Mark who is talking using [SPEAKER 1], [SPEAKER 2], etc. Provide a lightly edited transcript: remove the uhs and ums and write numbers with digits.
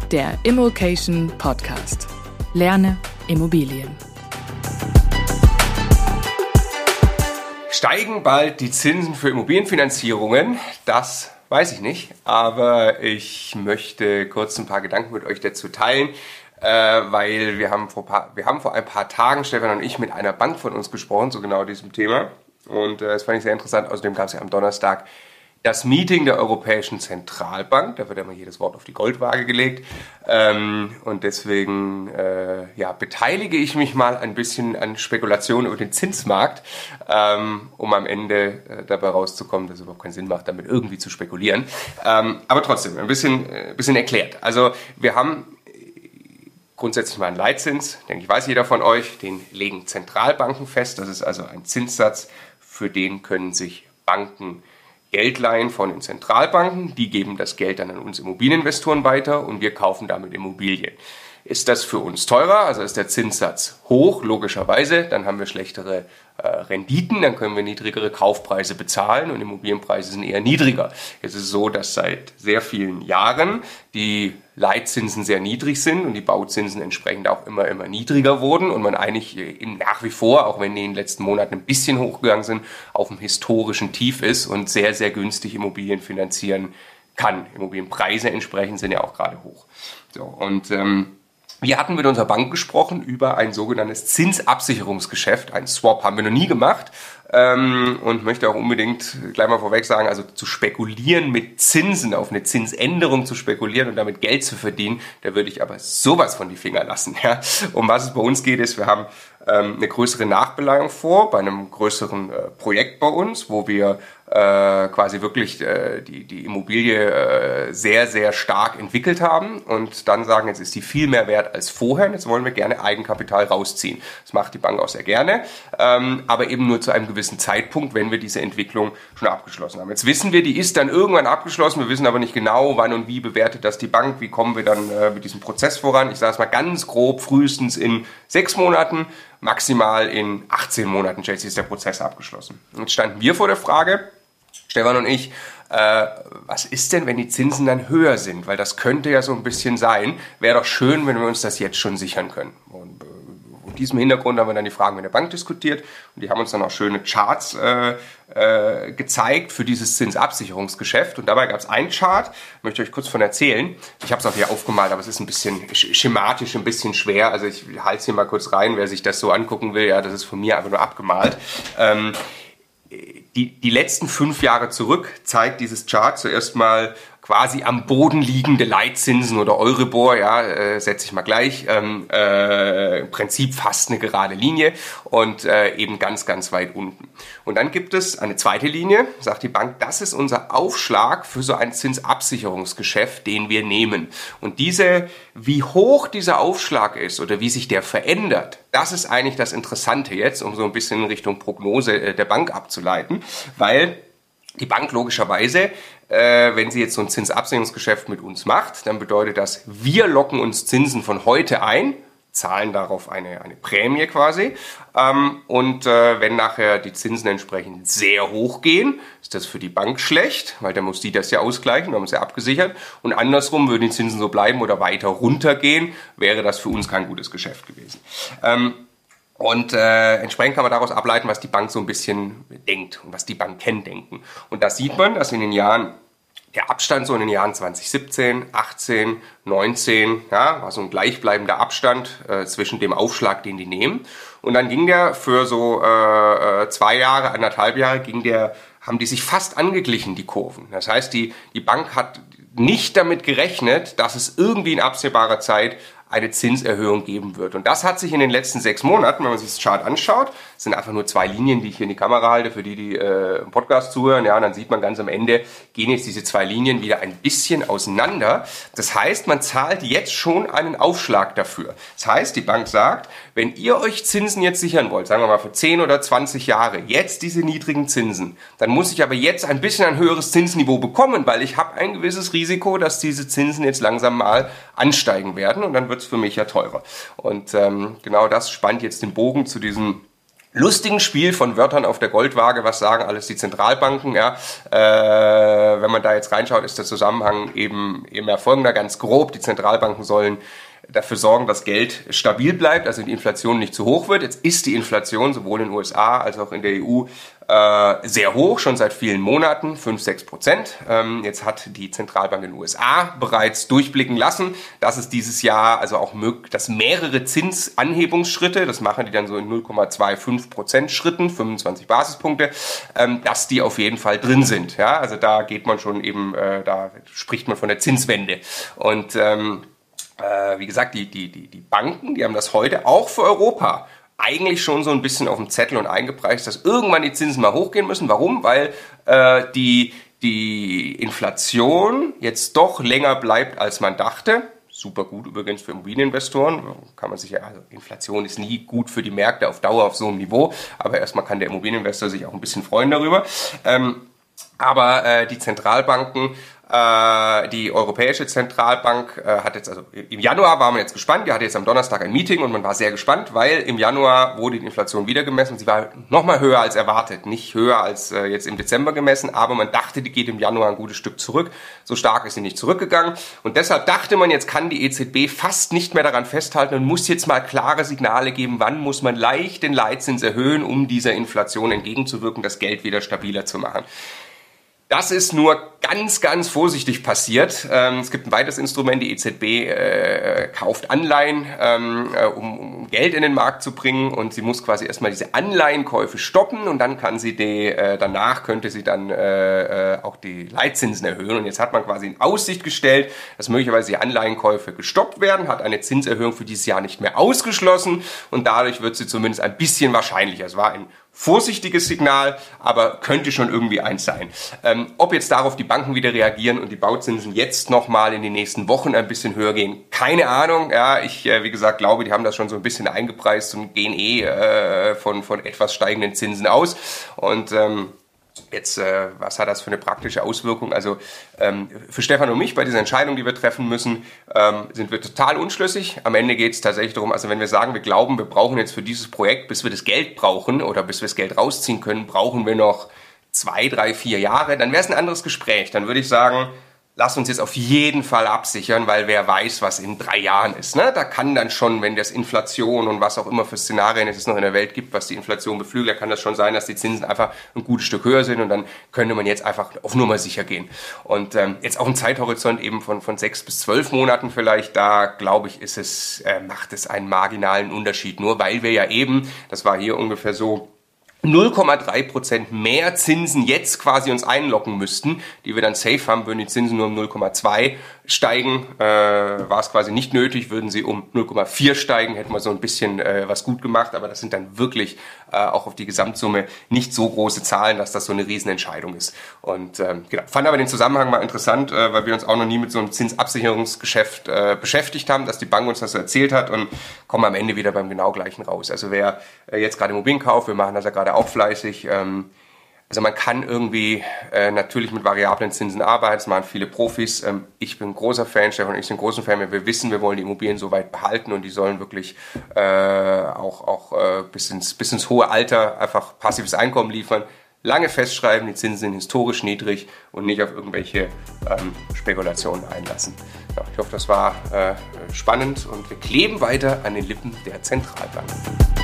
[SPEAKER 1] Der Immokation Podcast. Lerne Immobilien.
[SPEAKER 2] Steigen bald die Zinsen für Immobilienfinanzierungen? Das weiß ich nicht, aber ich möchte kurz ein paar Gedanken mit euch dazu teilen, weil wir haben vor ein paar Tagen, Stefan und ich, mit einer Bank von uns gesprochen, zu genau diesem Thema. Und das fand ich sehr interessant. Außerdem gab es ja am Donnerstag das Meeting der Europäischen Zentralbank. Da wird ja mal jedes Wort auf die Goldwaage gelegt. Und deswegen beteilige ich mich mal ein bisschen an Spekulationen über den Zinsmarkt, um am Ende dabei rauszukommen, dass es überhaupt keinen Sinn macht, damit irgendwie zu spekulieren. Aber trotzdem, ein bisschen erklärt. Also wir haben grundsätzlich mal einen Leitzins, denke ich, weiß jeder von euch, den legen Zentralbanken fest. Das ist also ein Zinssatz, für den können sich Banken Geld leihen von den Zentralbanken, die geben das Geld dann an uns Immobilieninvestoren weiter und wir kaufen damit Immobilien. Ist das für uns teurer, also ist der Zinssatz hoch, logischerweise, dann haben wir schlechtere Renditen, dann können wir niedrigere Kaufpreise bezahlen und Immobilienpreise sind eher niedriger. Es ist so, dass seit sehr vielen Jahren die Leitzinsen sehr niedrig sind und die Bauzinsen entsprechend auch immer niedriger wurden und man eigentlich nach wie vor, auch wenn die in den letzten Monaten ein bisschen hochgegangen sind, auf einem historischen Tief ist und sehr, sehr günstig Immobilien finanzieren kann. Immobilienpreise entsprechend sind ja auch gerade hoch. So, und wir hatten mit unserer Bank gesprochen über ein sogenanntes Zinsabsicherungsgeschäft. Ein Swap haben wir noch nie gemacht und möchte auch unbedingt gleich mal vorweg sagen, also zu spekulieren mit Zinsen, auf eine Zinsänderung zu spekulieren und damit Geld zu verdienen, da würde ich aber sowas von die Finger lassen. Ja. Um was es bei uns geht, ist, wir haben eine größere Nachbeleihung vor, bei einem größeren Projekt bei uns, wo wir quasi wirklich die Immobilie sehr, sehr stark entwickelt haben und dann sagen, jetzt ist die viel mehr wert als vorher und jetzt wollen wir gerne Eigenkapital rausziehen. Das macht die Bank auch sehr gerne, aber eben nur zu einem gewissen Zeitpunkt, wenn wir diese Entwicklung schon abgeschlossen haben. Jetzt wissen wir, die ist dann irgendwann abgeschlossen, wir wissen aber nicht genau, wann und wie bewertet das die Bank, wie kommen wir dann mit diesem Prozess voran. Ich sage es mal ganz grob, frühestens in 6 Monaten, maximal in 18 Monaten, schätze ich, ist der Prozess abgeschlossen. Jetzt standen wir vor der Frage, Stefan und ich, was ist denn, wenn die Zinsen dann höher sind? Weil das könnte ja so ein bisschen sein. Wäre doch schön, wenn wir uns das jetzt schon sichern können. Und vor diesem Hintergrund haben wir dann die Fragen mit der Bank diskutiert und die haben uns dann auch schöne Charts gezeigt für dieses Zinsabsicherungsgeschäft. Und dabei gab es einen Chart, möchte ich euch kurz von erzählen. Ich habe es auch hier aufgemalt, aber es ist ein bisschen schematisch, ein bisschen schwer. Also ich halte es hier mal kurz rein, wer sich das so angucken will. Ja, das ist von mir einfach nur abgemalt. Die letzten 5 Jahre zurück zeigt dieses Chart zuerst mal quasi am Boden liegende Leitzinsen oder Euribor, ja, setze ich mal gleich, im Prinzip fast eine gerade Linie und eben ganz, ganz weit unten. Und dann gibt es eine zweite Linie, sagt die Bank, das ist unser Aufschlag für so ein Zinsabsicherungsgeschäft, den wir nehmen. Und wie hoch dieser Aufschlag ist oder wie sich der verändert, das ist eigentlich das Interessante jetzt, um so ein bisschen in Richtung Prognose der Bank abzuleiten, weil die Bank logischerweise, wenn sie jetzt so ein Zinsabsicherungsgeschäft mit uns macht, dann bedeutet das, wir locken uns Zinsen von heute ein, zahlen darauf eine Prämie quasi und wenn nachher die Zinsen entsprechend sehr hoch gehen, ist das für die Bank schlecht, weil dann muss die das ja ausgleichen, wir haben es ja abgesichert und andersrum würden die Zinsen so bleiben oder weiter runtergehen, wäre das für uns kein gutes Geschäft gewesen. Und entsprechend kann man daraus ableiten, was die Bank so ein bisschen denkt und was die Banken denken. Und da sieht man, dass in den Jahren, der Abstand so in den Jahren 2017, 18, 19, ja, war so ein gleichbleibender Abstand zwischen dem Aufschlag, den die nehmen. Und dann ging der für so 2 Jahre, 1,5 Jahre, haben die sich fast angeglichen, die Kurven. Das heißt, die Bank hat nicht damit gerechnet, dass es irgendwie in absehbarer Zeit eine Zinserhöhung geben wird. Und das hat sich in den letzten 6 Monaten, wenn man sich das Chart anschaut, sind einfach nur 2 Linien, die ich hier in die Kamera halte, für die im Podcast zuhören, ja, und dann sieht man ganz am Ende, gehen jetzt diese 2 Linien wieder ein bisschen auseinander. Das heißt, man zahlt jetzt schon einen Aufschlag dafür. Das heißt, die Bank sagt, wenn ihr euch Zinsen jetzt sichern wollt, sagen wir mal für 10 oder 20 Jahre, jetzt diese niedrigen Zinsen, dann muss ich aber jetzt ein bisschen ein höheres Zinsniveau bekommen, weil ich habe ein gewisses Risiko, dass diese Zinsen jetzt langsam mal ansteigen werden und dann wird es für mich ja teurer. Und genau das spannt jetzt den Bogen zu diesem lustigen Spiel von Wörtern auf der Goldwaage, was sagen alles die Zentralbanken, ja. Wenn man da jetzt reinschaut, ist der Zusammenhang eben folgender, ganz grob. Die Zentralbanken sollen dafür sorgen, dass Geld stabil bleibt, also die Inflation nicht zu hoch wird. Jetzt ist die Inflation sowohl in den USA als auch in der EU sehr hoch, schon seit vielen Monaten, 5-6%. Jetzt hat die Zentralbank in den USA bereits durchblicken lassen, dass es dieses Jahr also auch dass mehrere Zinsanhebungsschritte, das machen die dann so in 0,25% Schritten, 25 Basispunkte, dass die auf jeden Fall drin sind. Ja, also da geht man schon eben, da spricht man von der Zinswende. Und wie gesagt, die Banken, die haben das heute auch für Europa eigentlich schon so ein bisschen auf dem Zettel und eingepreist, dass irgendwann die Zinsen mal hochgehen müssen. Warum? Weil die Inflation jetzt doch länger bleibt, als man dachte. Super gut übrigens für Immobilieninvestoren. Kann man sich ja, also Inflation ist nie gut für die Märkte auf Dauer auf so einem Niveau, aber erstmal kann der Immobilieninvestor sich auch ein bisschen freuen darüber. Aber die Zentralbanken, die Europäische Zentralbank hat jetzt, also im Januar war man jetzt gespannt, die hatte jetzt am Donnerstag ein Meeting und man war sehr gespannt, weil im Januar wurde die Inflation wieder gemessen und sie war nochmal höher als erwartet, nicht höher als jetzt im Dezember gemessen, aber man dachte, die geht im Januar ein gutes Stück zurück, so stark ist sie nicht zurückgegangen und deshalb dachte man, jetzt kann die EZB fast nicht mehr daran festhalten und muss jetzt mal klare Signale geben, wann muss man leicht den Leitzins erhöhen, um dieser Inflation entgegenzuwirken, das Geld wieder stabiler zu machen. Das ist nur ganz, ganz vorsichtig passiert. Es gibt ein weiteres Instrument, die EZB kauft Anleihen, um Geld in den Markt zu bringen und sie muss quasi erstmal diese Anleihenkäufe stoppen und dann kann sie danach könnte sie dann auch die Leitzinsen erhöhen. Und jetzt hat man quasi in Aussicht gestellt, dass möglicherweise die Anleihenkäufe gestoppt werden, hat eine Zinserhöhung für dieses Jahr nicht mehr ausgeschlossen und dadurch wird sie zumindest ein bisschen wahrscheinlicher. Es war ein vorsichtiges Signal, aber könnte schon irgendwie eins sein. Ob jetzt darauf die Banken wieder reagieren und die Bauzinsen jetzt nochmal in den nächsten Wochen ein bisschen höher gehen, keine Ahnung. Ja, ich, wie gesagt, glaube, die haben das schon so ein bisschen eingepreist und gehen von etwas steigenden Zinsen aus. Und jetzt, was hat das für eine praktische Auswirkung? Also für Stefan und mich bei dieser Entscheidung, die wir treffen müssen, sind wir total unschlüssig. Am Ende geht es tatsächlich darum, also wenn wir sagen, wir glauben, wir brauchen jetzt für dieses Projekt, bis wir das Geld brauchen oder bis wir das Geld rausziehen können, brauchen wir noch 2, 3, 4 Jahre, dann wäre es ein anderes Gespräch. Dann würde ich sagen, lass uns jetzt auf jeden Fall absichern, weil wer weiß, was in 3 Jahren ist. Ne? Da kann dann schon, wenn das Inflation und was auch immer für Szenarien es noch in der Welt gibt, was die Inflation beflügelt, da kann das schon sein, dass die Zinsen einfach ein gutes Stück höher sind und dann könnte man jetzt einfach auf Nummer sicher gehen. Und jetzt auch ein Zeithorizont eben von 6 bis 12 Monaten vielleicht, da glaube ich, macht es einen marginalen Unterschied. Nur weil wir ja eben, das war hier ungefähr so, 0,3% mehr Zinsen jetzt quasi uns einloggen müssten, die wir dann safe haben, würden die Zinsen nur um 0,2 steigen, war es quasi nicht nötig, würden sie um 0,4 steigen, hätten wir so ein bisschen was gut gemacht, aber das sind dann wirklich auch auf die Gesamtsumme nicht so große Zahlen, dass das so eine Riesenentscheidung ist. Und genau, fand aber den Zusammenhang mal interessant, weil wir uns auch noch nie mit so einem Zinsabsicherungsgeschäft beschäftigt haben, dass die Bank uns das so erzählt hat und kommen am Ende wieder beim genau gleichen raus. Also wer jetzt gerade Immobilien kauft, wir machen das ja gerade auch fleißig. Also man kann irgendwie natürlich mit variablen Zinsen arbeiten, das machen viele Profis. Ich bin ein großer Fan, Stefan und ich sind ein großer Fan, wir wissen, wir wollen die Immobilien so weit behalten und die sollen wirklich auch bis ins hohe Alter einfach passives Einkommen liefern. Lange festschreiben, die Zinsen sind historisch niedrig und nicht auf irgendwelche Spekulationen einlassen. Ja, ich hoffe, das war spannend und wir kleben weiter an den Lippen der Zentralbank.